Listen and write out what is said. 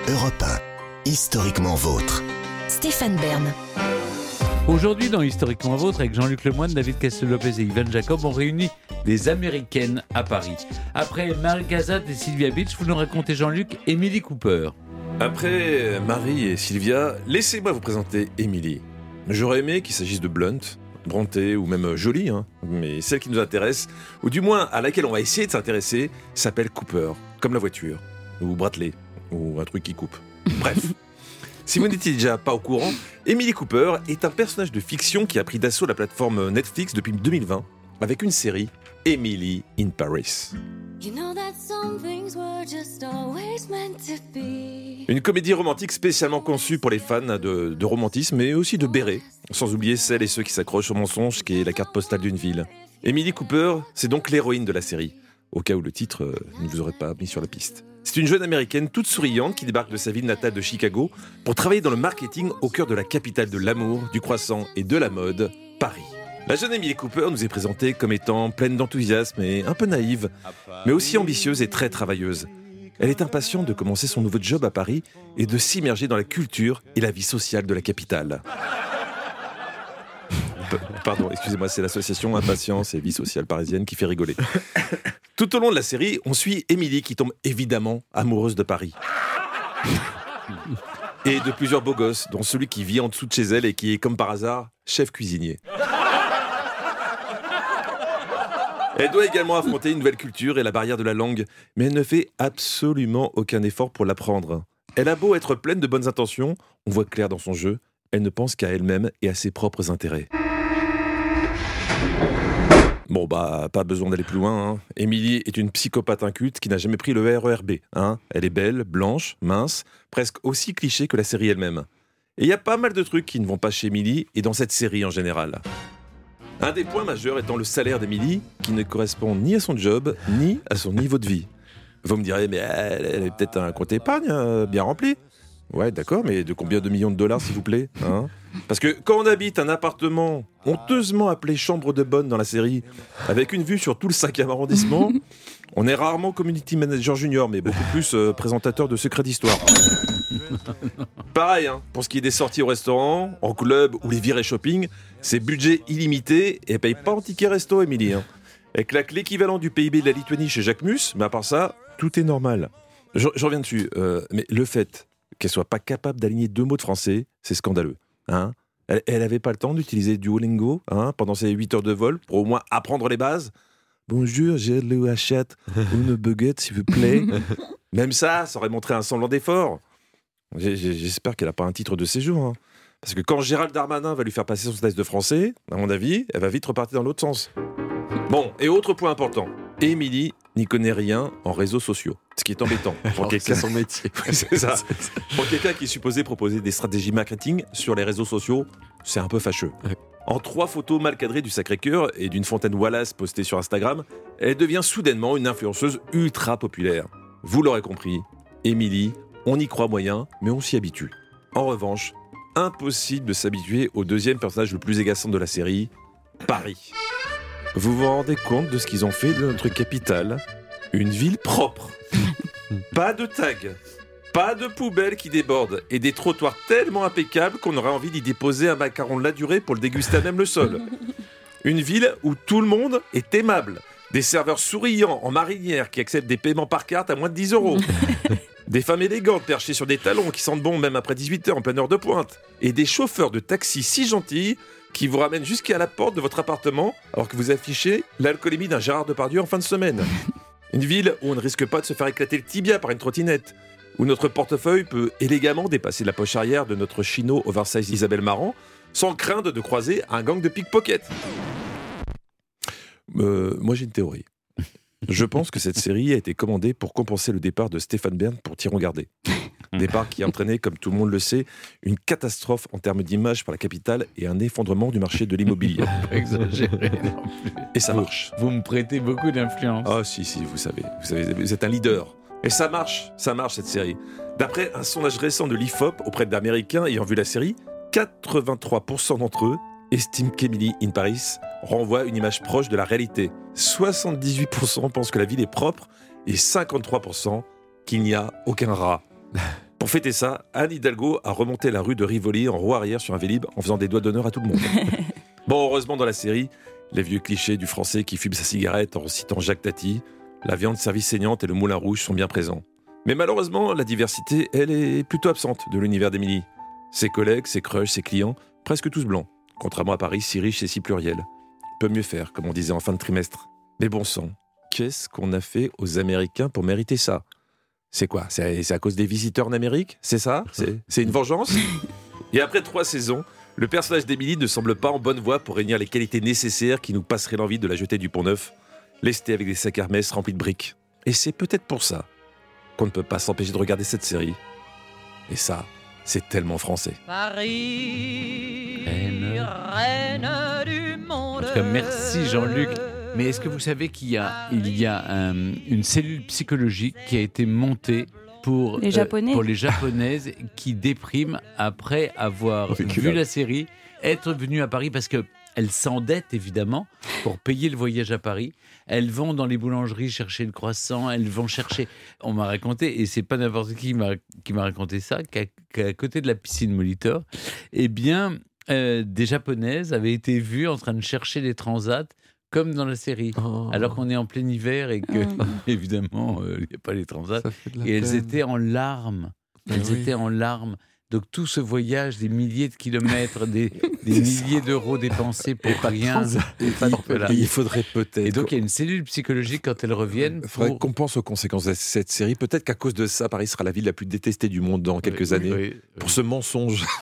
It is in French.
Europe 1, historiquement vôtre. Stéphane Bern. Aujourd'hui, dans Historiquement Vôtre, avec Jean-Luc Lemoyne, David Castel-Lopez et Yvan Jacob, on réunit des Américaines à Paris. Après Mary Cassatt et Sylvia Beach, vous nous racontez, Jean-Luc, Emily Cooper. Après Marie et Sylvia, laissez-moi vous présenter Emily. J'aurais aimé qu'il s'agisse de Blunt, Brontë ou même Jolie, mais celle qui nous intéresse, ou du moins à laquelle on va essayer de s'intéresser, s'appelle Cooper, comme la voiture, ou Bradley, ou un truc qui coupe. Bref. Si vous n'étiez déjà pas au courant, Emily Cooper est un personnage de fiction qui a pris d'assaut la plateforme Netflix depuis 2020 avec une série, Emily in Paris. Une comédie romantique spécialement conçue pour les fans de romantisme mais aussi de béret, sans oublier celles et ceux qui s'accrochent au mensonge qui est la carte postale d'une ville. Emily Cooper, c'est donc l'héroïne de la série, au cas où le titre ne vous aurait pas mis sur la piste. C'est une jeune américaine toute souriante qui débarque de sa ville natale de Chicago pour travailler dans le marketing au cœur de la capitale de l'amour, du croissant et de la mode, Paris. La jeune Emily Cooper nous est présentée comme étant pleine d'enthousiasme et un peu naïve, mais aussi ambitieuse et très travailleuse. Elle est impatiente de commencer son nouveau job à Paris et de s'immerger dans la culture et la vie sociale de la capitale. Pardon, excusez-moi, c'est l'association Impatience et Vie Sociale Parisienne qui fait rigoler. Tout au long de la série, on suit Emily qui tombe évidemment amoureuse de Paris. Et de plusieurs beaux gosses, dont celui qui vit en dessous de chez elle et qui est, comme par hasard, chef cuisinier. Elle doit également affronter une nouvelle culture et la barrière de la langue, mais elle ne fait absolument aucun effort pour l'apprendre. Elle a beau être pleine de bonnes intentions, on voit clair dans son jeu, elle ne pense qu'à elle-même et à ses propres intérêts. Bon pas besoin d'aller plus loin. Emily est une psychopathe inculte qui n'a jamais pris le RERB. Elle est belle, blanche, mince, presque aussi cliché que la série elle-même. Et il y a pas mal de trucs qui ne vont pas chez Emily et dans cette série en général. Un des points majeurs étant le salaire d'Emily, qui ne correspond ni à son job, ni à son niveau de vie. Vous me direz, mais elle est peut-être un compte épargne bien rempli. Ouais, d'accord, mais de combien de millions de dollars, s'il vous plaît, Parce que quand on habite un appartement honteusement appelé chambre de bonne dans la série, avec une vue sur tout le 5e arrondissement, on est rarement community manager junior, mais beaucoup plus présentateur de secrets d'histoire. Pareil, pour ce qui est des sorties au restaurant, en club ou les virées shopping, c'est budget illimité et elle paye pas en ticket resto, Emily. Elle claque l'équivalent du PIB de la Lituanie chez Jacques Mus, mais à part ça, tout est normal. Je reviens dessus, mais le fait qu'elle soit pas capable d'aligner 2 mots de français, c'est scandaleux. Elle avait pas le temps d'utiliser Duolingo pendant ses 8 heures de vol pour au moins apprendre les bases. Bonjour, j'ai le hachette, une baguette s'il vous plaît. Même ça aurait montré un semblant d'effort. J'espère qu'elle a pas un titre de séjour. Parce que quand Gérald Darmanin va lui faire passer son test de français, à mon avis, elle va vite repartir dans l'autre sens. Bon, et autre point important, Emily n'y connaît rien en réseaux sociaux. Ce qui est embêtant pour quelqu'un. C'est son métier. C'est ça. Pour quelqu'un qui est supposé proposer des stratégies marketing sur les réseaux sociaux, c'est un peu fâcheux. En 3 photos mal cadrées du Sacré-Cœur et d'une fontaine Wallace postée sur Instagram, elle devient soudainement une influenceuse ultra populaire. Vous l'aurez compris, Emily, on y croit moyen, mais on s'y habitue. En revanche, impossible de s'habituer au deuxième personnage le plus agaçant de la série, Paris. Vous vous rendez compte de ce qu'ils ont fait de notre capitale ? Une ville propre. Pas de tags, pas de poubelles qui débordent et des trottoirs tellement impeccables qu'on aurait envie d'y déposer un macaron de la durée pour le déguster à même le sol. Une ville où tout le monde est aimable. Des serveurs souriants en marinière qui acceptent des paiements par carte à moins de 10 €. Des femmes élégantes perchées sur des talons qui sentent bon même après 18h en pleine heure de pointe. Et des chauffeurs de taxi si gentils qui vous ramènent jusqu'à la porte de votre appartement alors que vous affichez l'alcoolémie d'un Gérard Depardieu en fin de semaine. Une ville où on ne risque pas de se faire éclater le tibia par une trottinette, où notre portefeuille peut élégamment dépasser la poche arrière de notre chino oversize Isabelle Marant sans craindre de croiser un gang de pickpockets. Moi j'ai une théorie. Je pense que cette série a été commandée pour compenser le départ de Stéphane Bern pour Tiron Gardé. Départ qui a entraîné, comme tout le monde le sait, une catastrophe en termes d'image pour la capitale et un effondrement du marché de l'immobilier. Exagéré non plus. Et ça marche. Vous me prêtez beaucoup d'influence. Ah si, vous savez, vous êtes un leader. Et ça marche cette série. D'après un sondage récent de l'IFOP auprès d'Américains ayant vu la série, 83% d'entre eux estiment qu'Emily in Paris renvoie une image proche de la réalité. 78% pensent que la ville est propre et 53% qu'il n'y a aucun rat. Pour fêter ça, Anne Hidalgo a remonté la rue de Rivoli en roue arrière sur un Vélib en faisant des doigts d'honneur à tout le monde. Bon, heureusement dans la série, les vieux clichés du français qui fume sa cigarette en citant Jacques Tati, la viande servie saignante et le moulin rouge sont bien présents. Mais malheureusement, la diversité, elle est plutôt absente de l'univers d'Émilie. Ses collègues, ses crushs, ses clients, presque tous blancs. Contrairement à Paris, si riche et si pluriel. Peut mieux faire, comme on disait en fin de trimestre. Mais bon sang, qu'est-ce qu'on a fait aux Américains pour mériter ça ? C'est quoi ? C'est à cause des visiteurs en Amérique ? C'est ça ? C'est une vengeance ? Et après 3 saisons, le personnage d'Émilie ne semble pas en bonne voie pour réunir les qualités nécessaires qui nous passeraient l'envie de la jeter du Pont-Neuf, lestée avec des sacs Hermès remplis de briques. Et c'est peut-être pour ça qu'on ne peut pas s'empêcher de regarder cette série. Et ça, c'est tellement français. Paris, Reine. reine du monde. En tout cas, merci Jean-Luc. Mais est-ce que vous savez qu'il y a une cellule psychologique qui a été montée pour Les Japonais. pour les Japonaises qui dépriment après avoir vu la série, être venues à Paris parce qu'elles s'endettent évidemment pour payer le voyage à Paris. Elles vont dans les boulangeries chercher le croissant, elles vont chercher... On m'a raconté, et c'est pas n'importe qui m'a raconté ça, qu'à côté de la piscine Molitor, eh bien, des Japonaises avaient été vues en train de chercher les transats comme dans la série, alors qu'on est en plein hiver et que, évidemment, il n'y a pas les transats. Et elles étaient en larmes. Elles étaient en larmes. Donc tout ce voyage, des milliers de kilomètres, des milliers d'euros dépensés pour rien. Voilà. Il faudrait peut-être... Et donc il y a une cellule psychologique quand elles reviennent. Il faudrait qu'on pense aux conséquences de cette série. Peut-être qu'à cause de ça, Paris sera la ville la plus détestée du monde dans quelques années. Oui. Pour ce mensonge